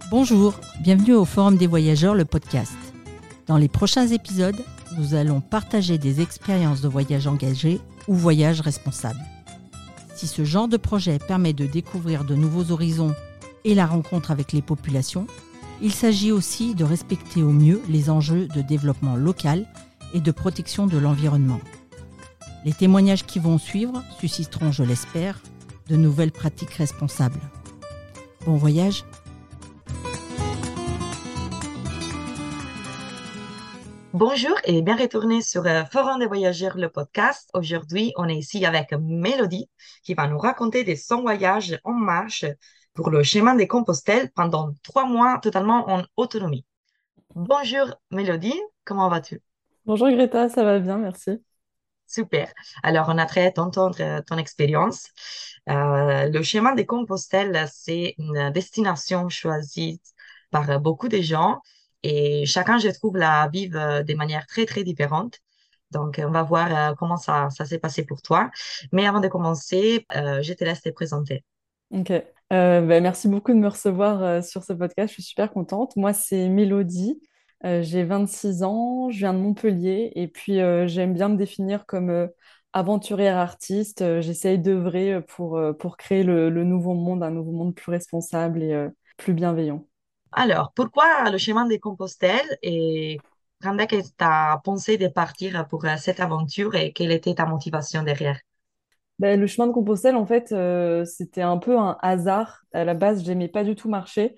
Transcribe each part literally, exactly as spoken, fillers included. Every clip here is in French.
Bonjour, bienvenue au Forum des Voyageurs, le podcast. Dans les prochains épisodes, nous allons partager des expériences de voyage engagé ou voyage responsable. Si ce genre de projet permet de découvrir de nouveaux horizons et la rencontre avec les populations, il s'agit aussi de respecter au mieux les enjeux de développement local et de protection de l'environnement. Les témoignages qui vont suivre susciteront, je l'espère, de nouvelles pratiques responsables. Bon voyage! Bonjour et bien retourné sur euh, Forum des Voyageurs, le podcast. Aujourd'hui, on est ici avec Mélodie qui va nous raconter de son voyage en marche pour le chemin des Compostelles pendant trois mois totalement en autonomie. Bonjour Mélodie, comment vas-tu? Bonjour Greta, ça va bien, merci. Super. Alors, on a très hâte d'entendre euh, ton expérience. Euh, le chemin des Compostelles, c'est une destination choisie par euh, beaucoup de gens et chacun, je trouve, la vivent euh, de manière très, très différente. Donc, on va voir euh, comment ça, ça s'est passé pour toi. Mais avant de commencer, euh, je te laisse te présenter. Ok. Euh, bah, merci beaucoup de me recevoir euh, sur ce podcast, je suis super contente. Moi, c'est Mélodie, euh, j'ai vingt-six ans, je viens de Montpellier et puis euh, j'aime bien me définir comme euh, aventurière artiste. Euh, j'essaye d'œuvrer pour, euh, pour créer le, le nouveau monde, un nouveau monde plus responsable et euh, plus bienveillant. Alors, pourquoi le chemin des Compostelles et quand est-ce que tu as pensé de partir pour euh, cette aventure et quelle était ta motivation derrière? Bah, le chemin de Compostelle, en fait, euh, c'était un peu un hasard. À la base, j'aimais pas du tout marcher.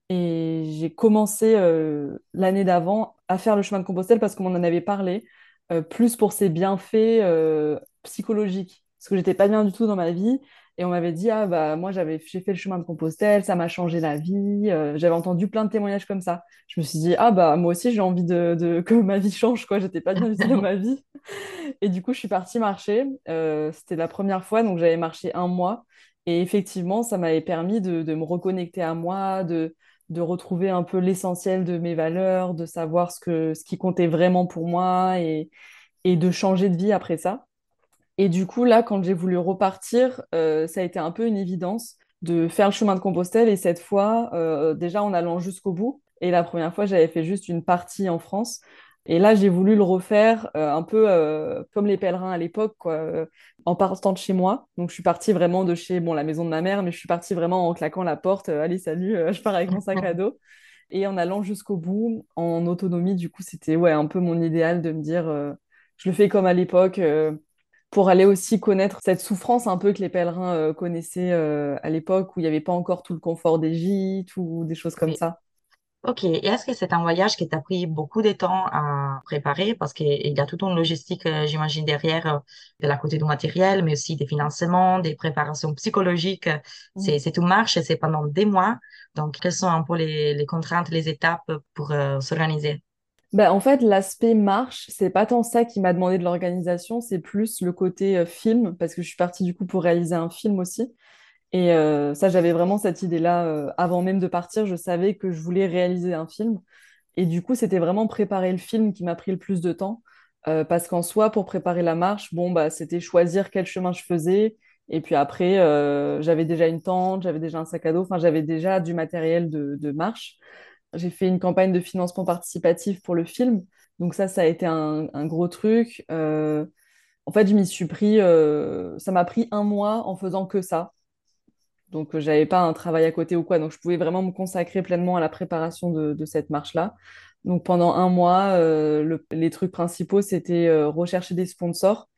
Et j'ai commencé euh, l'année d'avant à faire le chemin de Compostelle parce qu'on m'en en avait parlé, euh, plus pour ses bienfaits euh, psychologiques. Parce que j'étais pas bien du tout dans ma vie. Et on m'avait dit, ah bah moi j'avais j'ai fait le chemin de Compostelle, ça m'a changé la vie. Euh, j'avais entendu plein de témoignages comme ça. Je me suis dit, ah bah moi aussi j'ai envie de, de- que ma vie change, quoi. J'étais pas bien du tout dans ma vie. Et du coup, je suis partie marcher. Euh, c'était la première fois, donc j'avais marché un mois. Et effectivement, ça m'avait permis de, de me reconnecter à moi, de, de retrouver un peu l'essentiel de mes valeurs, de savoir ce que, ce qui comptait vraiment pour moi et, et de changer de vie après ça. Et du coup, là, quand j'ai voulu repartir, euh, ça a été un peu une évidence de faire le chemin de Compostelle. Et cette fois, euh, déjà en allant jusqu'au bout. Et la première fois, j'avais fait juste une partie en France. Et là, j'ai voulu le refaire euh, un peu euh, comme les pèlerins à l'époque, quoi, euh, en partant de chez moi. Donc, je suis partie vraiment de chez, bon, la maison de ma mère, mais je suis partie vraiment en claquant la porte. Euh, Allez, salut, euh, je pars avec mon sac à dos. Et en allant jusqu'au bout, en autonomie, du coup, c'était ouais, un peu mon idéal de me dire, euh, je le fais comme à l'époque. Euh, pour aller aussi connaître cette souffrance un peu que les pèlerins euh, connaissaient euh, à l'époque où il n'y avait pas encore tout le confort des gîtes ou des choses comme Oui. ça. Ok, et est-ce que c'est un voyage qui t'a pris beaucoup de temps à préparer parce qu'il y a toute une logistique, euh, j'imagine, derrière, euh, de la côté du matériel, mais aussi des financements, des préparations psychologiques. C'est, Mm. c'est tout marche et c'est pendant des mois. Donc, quelles sont un peu les, les contraintes, les étapes pour euh, s'organiser? Ben, en fait, l'aspect marche, c'est pas tant ça qui m'a demandé de l'organisation, c'est plus le côté euh, film, parce que je suis partie du coup pour réaliser un film aussi. Et euh, ça, j'avais vraiment cette idée-là euh, avant même de partir, je savais que je voulais réaliser un film. Et du coup, c'était vraiment préparer le film qui m'a pris le plus de temps. Euh, parce qu'en soi, pour préparer la marche, bon, bah, c'était choisir quel chemin je faisais. Et puis après, euh, j'avais déjà une tente, j'avais déjà un sac à dos, enfin, j'avais déjà du matériel de, de marche. J'ai fait une campagne de financement participatif pour le film. Donc ça, ça a été un, un gros truc. Euh, en fait, je m'y suis pris, euh, ça m'a pris un mois en faisant que ça. Donc, euh, j'avais pas un travail à côté ou quoi. Donc, je pouvais vraiment me consacrer pleinement à la préparation de, de cette marche-là. Donc, pendant un mois, euh, le- les trucs principaux, c'était euh, rechercher des sponsors.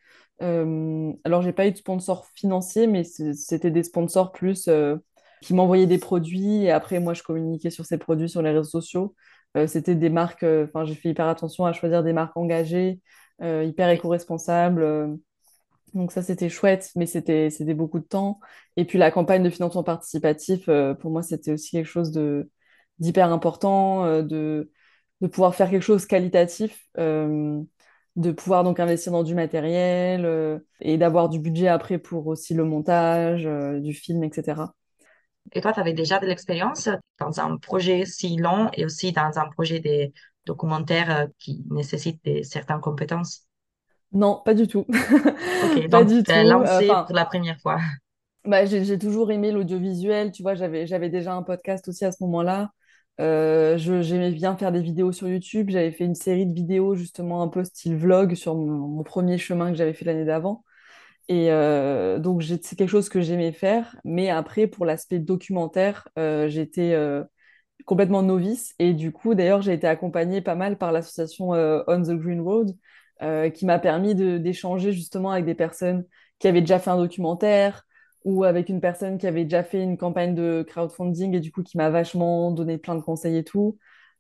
Euh, alors, j'ai pas eu de sponsors financiers, mais c- c'était des sponsors plus euh, qui m'envoyaient des produits et après, moi, je communiquais sur ces produits sur les réseaux sociaux. Euh, c'était des marques, euh, enfin, j'ai fait hyper attention à choisir des marques engagées, euh, hyper éco-responsables. euh, donc ça, c'était chouette, mais c'était c'était beaucoup de temps. Et puis la campagne de financement participatif, euh, pour moi, c'était aussi quelque chose de d'hyper important, euh, de, de pouvoir faire quelque chose qualitatif, euh, de pouvoir donc investir dans du matériel euh, et d'avoir du budget après pour aussi le montage euh, du film, et cetera. Et toi, tu avais déjà de l'expérience dans un projet si long et aussi dans un projet des documentaires euh, qui nécessitent des, certaines compétences. Non, pas du tout. Ok, Pas donc du tu as tout. lancé Enfin, pour la première fois. bah, j'ai j'ai toujours aimé l'audiovisuel, tu vois, j'avais j'avais déjà un podcast aussi à ce moment-là. Euh, je- j'aimais bien faire des vidéos sur YouTube. J'avais fait une série de vidéos justement un peu style vlog sur mon, mon premier chemin que j'avais fait l'année d'avant. Et euh, donc j'ai- c'est quelque chose que j'aimais faire. Mais après, pour l'aspect documentaire, euh, j'étais euh, complètement novice. Et du coup, d'ailleurs, j'ai été accompagnée pas mal par l'association euh, On the Green Road, euh, qui m'a permis de- d'échanger justement avec des personnes qui avaient déjà fait un documentaire ou avec une personne qui avait déjà fait une campagne de crowdfunding et du coup qui m'a vachement donné plein de conseils et tout.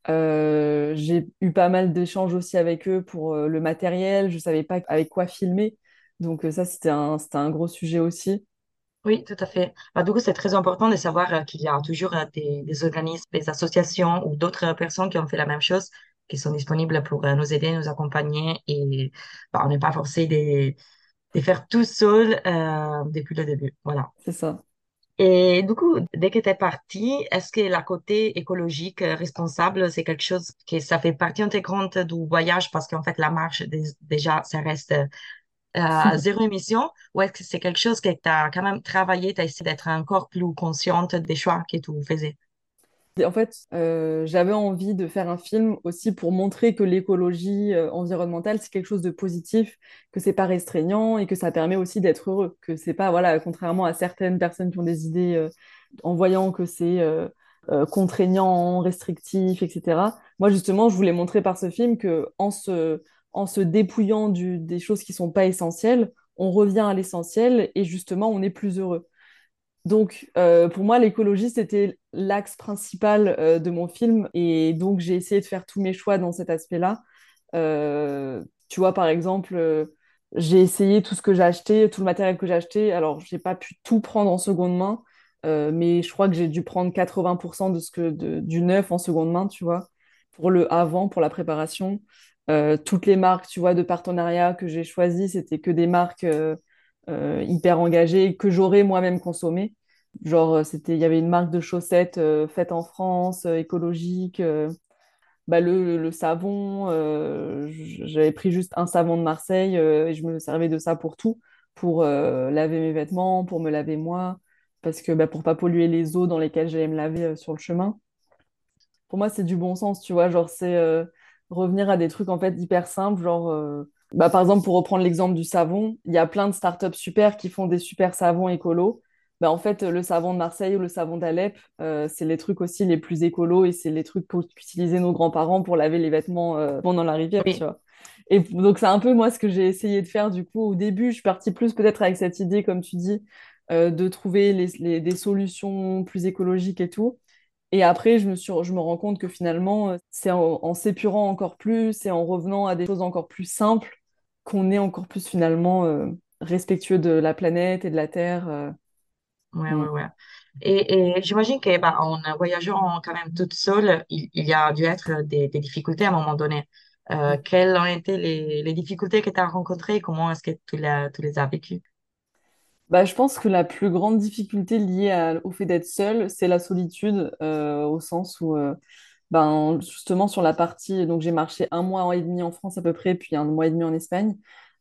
Euh, j'ai eu pas mal d'échanges aussi avec eux pour euh, le matériel. Je savais pas avec quoi filmer. Donc euh, ça, c'était un, c'était un gros sujet aussi. Oui, tout à fait. Bah, du coup, c'est très important de savoir euh, qu'il y a toujours euh, des, des organismes, des associations ou d'autres euh, personnes qui ont fait la même chose, qui sont disponibles pour euh, nous aider, nous accompagner et bah, on n'est pas forcé de, de faire tout seul euh, depuis le début. Voilà. C'est ça. Et du coup, dès que tu es parti, est-ce que la côté écologique euh, responsable, c'est quelque chose que ça fait partie intégrante du voyage parce qu'en fait, la marche, dé- déjà, ça reste euh, à zéro émission, ou est-ce que c'est quelque chose que tu as quand même travaillé, tu as essayé d'être encore plus consciente des choix que tu faisais? Et en fait, euh, j'avais envie de faire un film aussi pour montrer que l'écologie euh, environnementale, c'est quelque chose de positif, que c'est pas restreignant et que ça permet aussi d'être heureux, que c'est pas, voilà, contrairement à certaines personnes qui ont des idées euh, en voyant que c'est euh, euh, contraignant, restrictif, et cetera. Moi, justement, je voulais montrer par ce film que en se, en se dépouillant du- des choses qui sont pas essentielles, on revient à l'essentiel et justement, on est plus heureux. Donc, euh, pour moi, l'écologie, c'était l'axe principal euh, de mon film. Et donc, j'ai essayé de faire tous mes choix dans cet aspect-là. Euh, tu vois, par exemple, euh, j'ai essayé tout ce que j'ai acheté, tout le matériel que j'ai acheté. Alors, j'ai pas pu tout prendre en seconde main, euh, mais je crois que j'ai dû prendre quatre-vingts pour cent de ce que, de- du neuf en seconde main, tu vois, pour le avant, pour la préparation. Euh, toutes les marques, tu vois, de partenariat que j'ai choisies, c'était que des marques euh, euh, hyper engagées que j'aurais moi-même consommées. Genre, euh, c'était, il y avait une marque de chaussettes euh, faite en France, euh, écologique. Euh, bah, le, le savon, euh, j- j'avais pris juste un savon de Marseille euh, et je me servais de ça pour tout, pour euh, laver mes vêtements, pour me laver moi, parce que bah, pour pas polluer les eaux dans lesquelles j'allais me laver euh, sur le chemin. Pour moi, c'est du bon sens, tu vois, genre c'est euh, revenir à des trucs en fait hyper simples, genre euh, bah, par exemple pour reprendre l'exemple du savon, il y a plein de startups super qui font des super savons écolos. Bah, en fait, le savon de Marseille ou le savon d'Alep, euh, c'est les trucs aussi les plus écolos et c'est les trucs qu'ut- qu'utilisaient nos grands-parents pour laver les vêtements euh, dans la rivière, tu Oui, vois. Et donc, c'est un peu moi ce que j'ai essayé de faire du coup. Au début, je suis partie plus peut-être avec cette idée, comme tu dis, euh, de trouver les- les- des solutions plus écologiques et tout. Et après, je me suis, je me rends compte que finalement, euh, c'est en, en s'épurant encore plus et en revenant à des choses encore plus simples qu'on est encore plus finalement euh, respectueux de la planète et de la Terre. euh. ouais, Mm. ouais, ouais. Et, et j'imagine que bah, en voyageant quand même toute seule, il, il y a dû être des, des difficultés à un moment donné. Euh, quelles ont été les, les difficultés que tu as rencontrées et comment est-ce que tu les, tu les as vécues? Bah, je pense que la plus grande difficulté liée à- au fait d'être seule, c'est la solitude, euh, au sens où, euh, ben, justement, sur la partie, donc j'ai marché un mois et demi en France à peu près, puis un mois et demi en Espagne.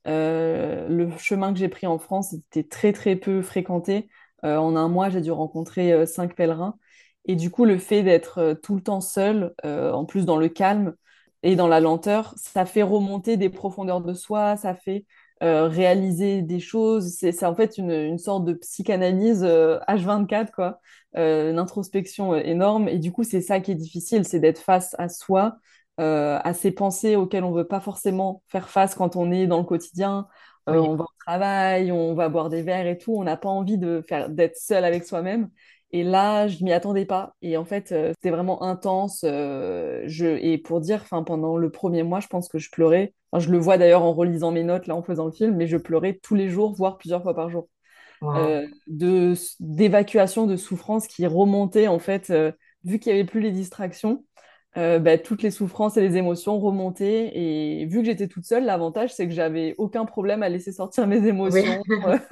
Euh, le chemin que j'ai pris en France était très, très peu fréquenté. Euh, en un mois, j'ai dû rencontrer euh, cinq pèlerins. Et du coup, le fait d'être euh, tout le temps seul, euh, en plus dans le calme et dans la lenteur, ça fait remonter des profondeurs de soi, ça fait euh, réaliser des choses. C'est c'est en fait une, une sorte de psychanalyse euh, H vingt-quatre, quoi. Euh, une introspection euh, énorme. Et du coup, c'est ça qui est difficile, c'est d'être face à soi, euh, à ces pensées auxquelles on veut pas forcément faire face quand on est dans le quotidien. Euh, Oui, on va au travail, on va boire des verres et tout. On n'a pas envie de faire d'être seul avec soi-même. Et là, je m'y attendais pas. Et en fait, euh, c'était vraiment intense. Euh, je... Et pour dire, enfin, pendant le premier mois, je pense que je pleurais. Enfin, je le vois d'ailleurs en relisant mes notes, là, en faisant le film, mais je pleurais tous les jours, voire plusieurs fois par jour. wow. Euh, de, d'évacuation de souffrance qui remontait, en fait, euh, vu qu'il n'y avait plus les distractions. Euh, bah, toutes les souffrances et les émotions remontaient. Et vu que j'étais toute seule, l'avantage, c'est que j'avais aucun problème à laisser sortir mes Oui. émotions.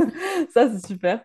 Ça, c'est super.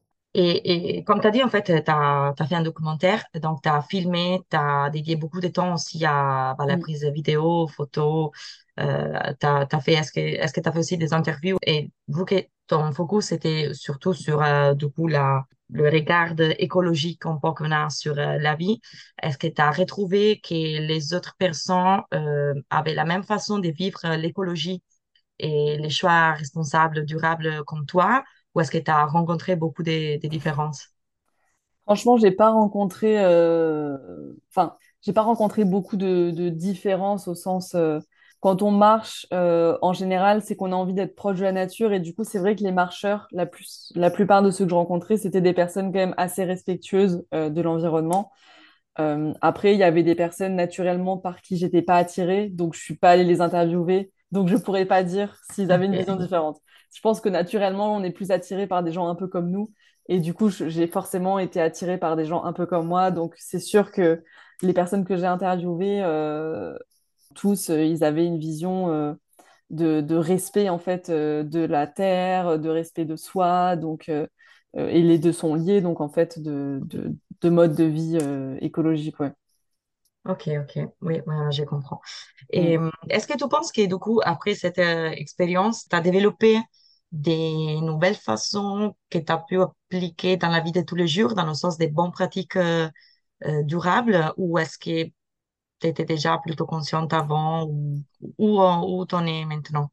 Et, et comme tu as dit, en fait, tu as, fait un documentaire, donc tu as filmé, tu as dédié beaucoup de temps aussi à bah, la Mm. prise de vidéos, photos. Euh, t'as, t'as fait, est-ce que, est-ce que tu as fait aussi des interviews? Et vu que ton focus était surtout sur euh, du coup la, le regard écologique qu'on peut qu'on a sur euh, la vie. Est-ce que tu as retrouvé que les autres personnes euh, avaient la même façon de vivre euh, l'écologie et les choix responsables, durables comme toi, ou est-ce que tu as rencontré beaucoup de, de différences? Franchement, j'ai pas rencontré, euh, enfin, j'ai pas rencontré beaucoup de, de différences au sens, euh, quand on marche, euh, en général, c'est qu'on a envie d'être proche de la nature et du coup, c'est vrai que les marcheurs, la plus, la plupart de ceux que je rencontrais, c'était des personnes quand même assez respectueuses, euh, de l'environnement. Euh, après, il y avait des personnes naturellement par qui j'étais pas attirée, donc je suis pas allée les interviewer, donc je pourrais pas dire s'ils avaient une vision Ok, différente. Je pense que naturellement, on est plus attiré par des gens un peu comme nous, et du coup, je- j'ai forcément été attirée par des gens un peu comme moi, donc c'est sûr que les personnes que j'ai interviewées, euh, tous, euh, ils avaient une vision euh, de, de respect en fait euh, de la terre, de respect de soi, donc euh, euh, et les deux sont liés, donc en fait de, de, de mode de vie euh, écologique, ouais. ok, ok. Oui, ouais, je comprends. Mm. Et euh, est-ce que tu penses que du coup, après cette euh, expérience, tu as développé des nouvelles façons que tu as pu appliquer dans la vie de tous les jours, dans le sens des bonnes pratiques euh, euh, durables, ou est-ce que tu étais déjà plutôt consciente avant, ou où, où t'en es maintenant?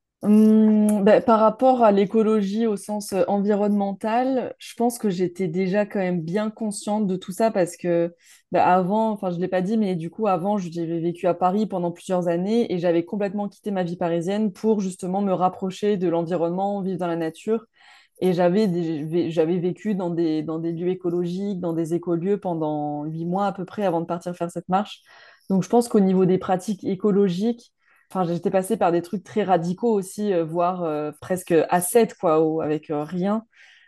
Hum, ben, par rapport à l'écologie au sens euh, environnemental, je pense que j'étais déjà quand même bien consciente de tout ça parce que ben, avant, enfin je l'ai pas dit, mais du coup avant j'avais vécu à Paris pendant plusieurs années et j'avais complètement quitté ma vie parisienne pour justement me rapprocher de l'environnement, vivre dans la nature. Et j'avais des- vé- j'avais vécu dans des, dans des lieux écologiques, dans des écolieux pendant huit mois à peu près avant de partir faire cette marche. Donc je pense qu'au niveau des pratiques écologiques, enfin, j'étais passée par des trucs très radicaux aussi, euh, voire euh, presque ascètes, quoi, ou avec euh, rien.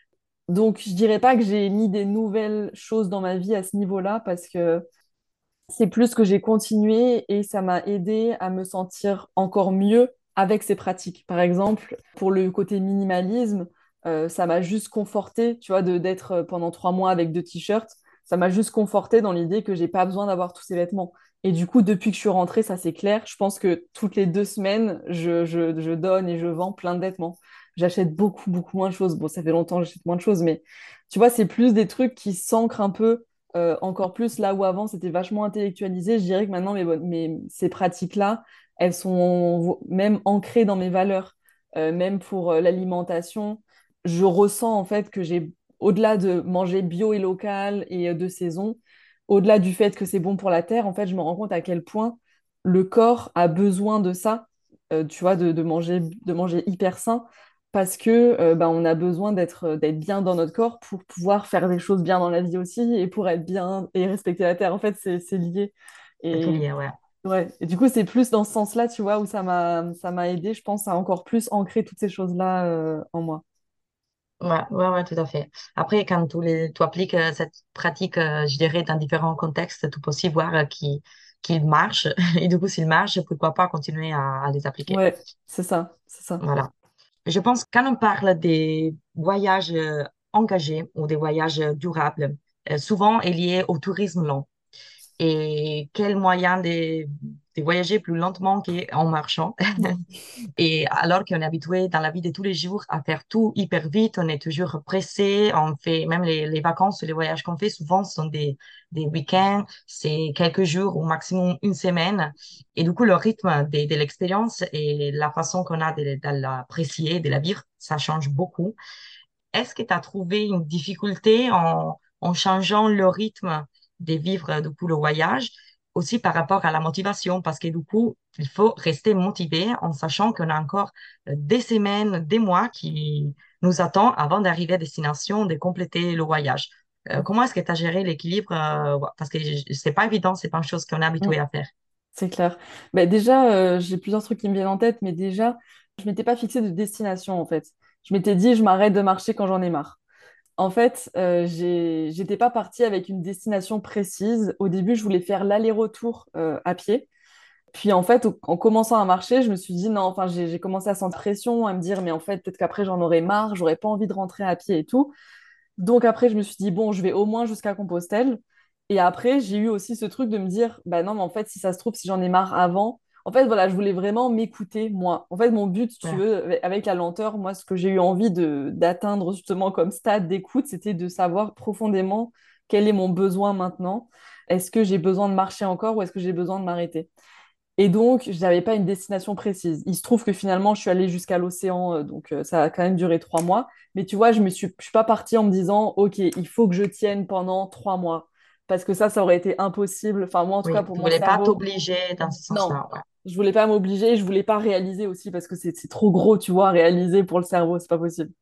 Donc, je dirais pas que j'ai mis des nouvelles choses dans ma vie à ce niveau-là, parce que c'est plus que j'ai continué et ça m'a aidé à me sentir encore mieux avec ces pratiques. Par exemple, pour le côté minimalisme, euh, ça m'a juste conforté, tu vois, de d'être euh, pendant trois mois avec deux t-shirts. Ça m'a juste conforté dans l'idée que j'ai pas besoin d'avoir tous ces vêtements. Et du coup, depuis que je suis rentrée, ça c'est clair. Je pense que toutes les deux semaines, je, je, je donne et je vends plein de vêtements. J'achète beaucoup, beaucoup moins de choses. Bon, ça fait longtemps que j'achète moins de choses, mais tu vois, c'est plus des trucs qui s'ancrent un peu euh, encore plus là où avant c'était vachement intellectualisé. Je dirais que maintenant, mes, mes, ces pratiques-là, elles sont même ancrées dans mes valeurs. Euh, même pour euh, l'alimentation. Je ressens en fait que j'ai, au-delà de manger bio et local et euh, de saison, au-delà du fait que c'est bon pour la terre, en fait, je me rends compte à quel point le corps a besoin de ça, euh, tu vois, de, de manger, de manger hyper sain, parce que euh, bah, on a besoin d'être euh, d'être bien dans notre corps pour pouvoir faire des choses bien dans la vie aussi et pour être bien et respecter la terre. En fait, c'est c'est lié. C'est tout Et lié, ouais. ouais, et du coup, c'est plus dans ce sens-là, tu vois, où ça m'a ça m'a aidé, je pense, à encore plus ancrer toutes ces choses-là euh, en moi. Ouais, ouais, ouais, tout à fait. Après, quand tu, les, tu appliques euh, cette pratique, euh, je dirais, dans différents contextes, tu peux aussi voir euh, qu'il qu'il marche. Et du coup, s'il marche, pourquoi pas continuer à, à les appliquer. Ouais, c'est ça, c'est ça. Voilà. Je pense que quand on parle des voyages euh, engagés ou des voyages durables, euh, souvent est lié au tourisme long. Et quel moyen de, de voyager plus lentement qu'en marchant. Et alors qu'on est habitué dans la vie de tous les jours à faire tout hyper vite, on est toujours pressé, on fait même les, les vacances, les voyages qu'on fait souvent sont des, des week-ends, c'est quelques jours ou maximum une semaine. Et du coup, le rythme de, de l'expérience et la façon qu'on a de, de l'apprécier, de la vivre, ça change beaucoup. Est-ce que tu as trouvé une difficulté en, en changeant le rythme de vivre du coup le voyage, aussi par rapport à la motivation, parce que du coup, il faut rester motivé en sachant qu'on a encore euh, des semaines, des mois qui nous attendent avant d'arriver à destination, de compléter le voyage. Euh, comment est-ce que tu as géré l'équilibre? euh, parce que je- c'est pas évident, c'est pas une chose qu'on est Mm, habitué à faire. c'est clair. Bah, déjà, euh, j'ai plusieurs trucs qui me viennent en tête, mais déjà, je m'étais pas fixé de destination, en fait. Je m'étais dit, je m'arrête de marcher quand j'en ai marre. En fait, euh, j'ai, j'étais pas partie avec une destination précise. Au début, je voulais faire l'aller-retour euh, à pied. Puis en fait, au- en commençant à marcher, je me suis dit non, enfin, j'ai j'ai commencé à sentir pression, à me dire, mais en fait, peut-être qu'après, j'en aurais marre, j'aurais pas envie de rentrer à pied et tout. Donc après, je me suis dit, bon, je vais au moins jusqu'à Compostelle. Et après, j'ai eu aussi ce truc de me dire, bah non, mais en fait, si ça se trouve, si j'en ai marre avant, En fait, voilà, je voulais vraiment m'écouter, moi. En fait, mon but, si tu Ouais. veux, avec la lenteur, moi, ce que j'ai eu envie de, d'atteindre justement comme stade d'écoute, c'était de savoir profondément quel est mon besoin maintenant. Est-ce que j'ai besoin de marcher encore ou est-ce que j'ai besoin de m'arrêter? Et donc, je n'avais pas une destination précise. Il se trouve que finalement, je suis allée jusqu'à l'océan, euh, donc euh, ça a quand même duré trois mois. Mais tu vois, je me suis, je suis pas partie en me disant, OK, il faut que je tienne pendant trois mois. Parce que ça, ça aurait été impossible. Enfin, moi, en tout cas, Oui, pour tu mon voulais pas cerveau, t'obliger dans ce non. sens-là. Ouais. Je voulais pas m'obliger, je voulais pas réaliser aussi parce que c'est c'est trop gros, tu vois, à réaliser pour le cerveau, c'est pas possible.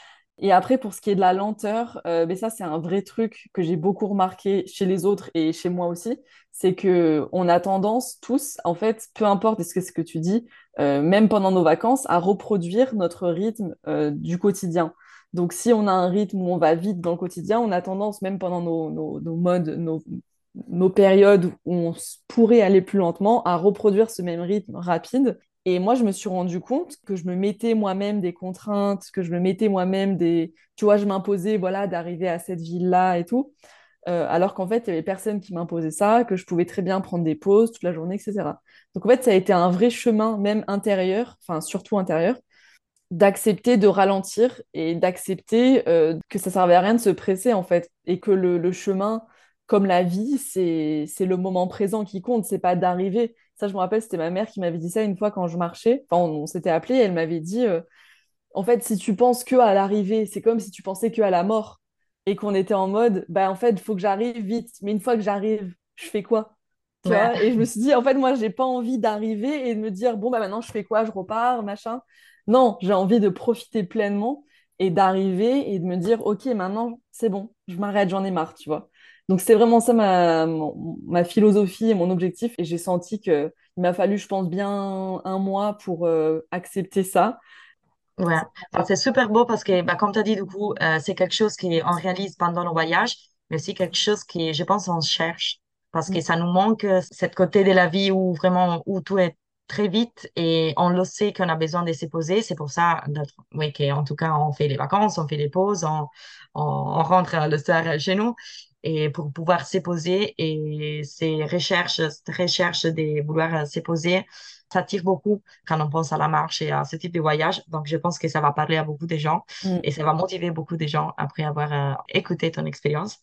Et après, pour ce qui est de la lenteur, euh, mais ça, c'est un vrai truc que j'ai beaucoup remarqué chez les autres et chez moi aussi, c'est que on a tendance tous, en fait, peu importe ce que ce que tu dis, euh, même pendant nos vacances, à reproduire notre rythme euh, du quotidien. Donc, si on a un rythme où on va vite dans le quotidien, on a tendance, même pendant nos, nos, nos modes, nos, nos périodes où on s- pourrait aller plus lentement, à reproduire ce même rythme rapide. Et moi, je me suis rendu compte que je me mettais moi-même des contraintes, que je me mettais moi-même des... Tu vois, je m'imposais, voilà, d'arriver à cette ville-là et tout. Euh, alors qu'en fait, il y avait personne qui m'imposait ça, que je pouvais très bien prendre des pauses toute la journée, et cetera. Donc en fait, ça a été un vrai chemin, même intérieur, enfin surtout intérieur, d'accepter de ralentir et d'accepter euh, que ça servait à rien de se presser en fait et que le, le chemin comme la vie c'est c'est le moment présent qui compte, c'est pas d'arriver. Ça je me rappelle, c'était ma mère qui m'avait dit ça une fois quand je marchais, enfin on, on s'était appelé, elle m'avait dit euh, en fait si tu penses que à l'arrivée c'est comme si tu pensais que à la mort et qu'on était en mode bah en fait il faut que j'arrive vite, mais une fois que j'arrive je fais quoi, tu Ouais. vois? Et je me suis dit en fait moi j'ai pas envie d'arriver et de me dire bon bah maintenant je fais quoi, je repars machin. Non, j'ai envie de profiter pleinement et d'arriver et de me dire, OK, maintenant, c'est bon, je m'arrête, j'en ai marre, tu vois. Donc, c'est vraiment ça ma, mon- ma philosophie et mon objectif. Et j'ai senti qu'il m'a fallu, je pense, bien un mois pour euh, accepter ça. Ouais, enfin, c'est super beau parce que, bah, comme tu as dit, du coup, euh, c'est quelque chose qu'on réalise pendant le voyage, mais aussi quelque chose qui, je pense, on cherche parce que Mm, ça nous manque euh, cette côté de la vie où vraiment, où tout est très vite et on le sait qu'on a besoin de se poser. C'est pour ça, notre, oui, qu'en tout cas, on fait les vacances, on fait les pauses, on, on, on rentre le soir chez nous et pour pouvoir se poser et ces recherches, cette recherche de vouloir se poser, ça tire beaucoup quand on pense à la marche et à ce type de voyage. Donc, je pense que ça va parler à beaucoup de gens mm. et ça va motiver beaucoup de gens après avoir euh, écouté ton expérience.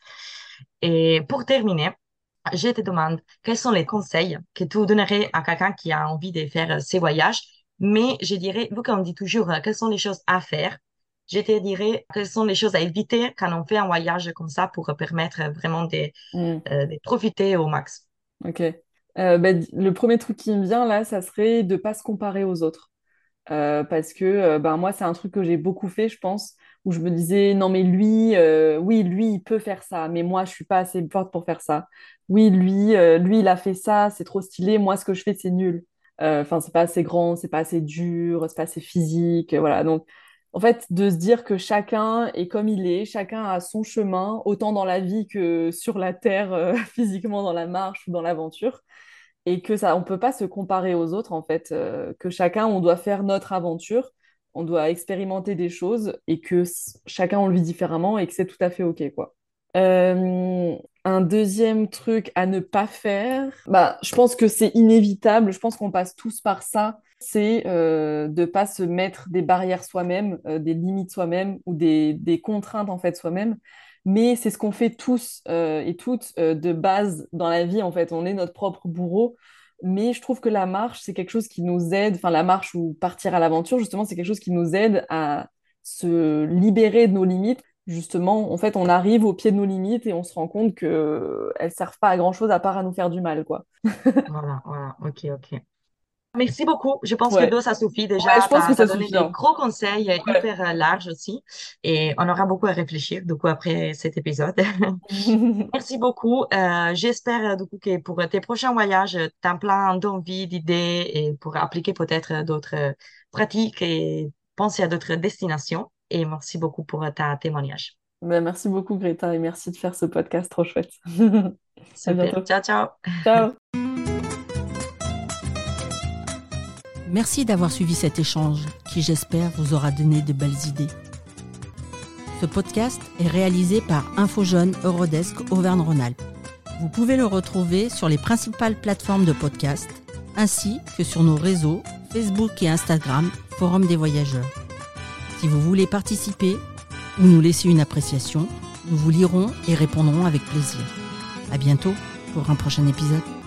Et pour terminer, je te demande quels sont les conseils que tu donnerais à quelqu'un qui a envie de faire euh, ces voyages. Mais je dirais, vu qu'on dit toujours euh, quelles sont les choses à faire, je te dirais quelles sont les choses à éviter quand on fait un voyage comme ça pour permettre vraiment de, Mm. euh, de profiter au max. Ok. Euh, bah, di- le premier truc qui me vient là, ça serait de pas se comparer aux autres. Euh, parce que euh, ben, moi, c'est un truc que j'ai beaucoup fait, je pense, où je me disais, non, mais lui, euh, oui, lui, il peut faire ça, mais moi, je suis pas assez forte pour faire ça. Oui, lui, euh, lui, il a fait ça, c'est trop stylé, moi, ce que je fais, c'est nul. Euh, Enfin, c'est pas assez grand, c'est pas assez dur, c'est pas assez physique, euh, voilà. Donc, en fait, de se dire que chacun est comme il est, chacun a son chemin, autant dans la vie que sur la terre, euh, physiquement dans la marche ou dans l'aventure et que ça, on peut pas se comparer aux autres en fait, euh, que chacun on doit faire notre aventure, on doit expérimenter des choses et que s- chacun on le vit différemment et que c'est tout à fait ok quoi. Euh, un deuxième truc à ne pas faire, bah, je pense que c'est inévitable, je pense qu'on passe tous par ça, c'est euh, de pas se mettre des barrières soi-même, euh, des limites soi-même ou des, des contraintes en fait soi-même. Mais c'est ce qu'on fait tous euh, et toutes euh, de base dans la vie en fait. On est notre propre bourreau. Mais je trouve que la marche, c'est quelque chose qui nous aide, enfin la marche ou partir à l'aventure, justement, c'est quelque chose qui nous aide à se libérer de nos limites. Justement, en fait, on arrive au pied de nos limites et on se rend compte que elles servent pas à grand-chose à part à nous faire du mal, quoi. Voilà, voilà, ok, ok. Merci beaucoup. Je pense que Ouais, deux, ça suffit ouais, je déjà. Tu pense que as ça donné suffit, des hein. gros conseils euh, Ouais. hyper euh, larges aussi. Et on aura beaucoup à réfléchir, du coup, après cet épisode. Merci beaucoup. Euh, j'espère, euh, du coup, que pour tes prochains voyages, tu as plein d'envies, d'idées et pour appliquer peut-être euh, d'autres euh, pratiques et penser à d'autres destinations. Et merci beaucoup pour euh, ta témoignage. Ben, merci beaucoup, Greta, et merci de faire ce podcast trop chouette. À Super. bientôt. Ciao, ciao. Ciao. Merci d'avoir suivi cet échange qui, j'espère, vous aura donné de belles idées. Ce podcast est réalisé par InfoJeune Eurodesk Auvergne-Rhône-Alpes. Vous pouvez le retrouver sur les principales plateformes de podcast ainsi que sur nos réseaux Facebook et Instagram, Forum des voyageurs. Si vous voulez participer ou nous laisser une appréciation, nous vous lirons et répondrons avec plaisir. À bientôt pour un prochain épisode.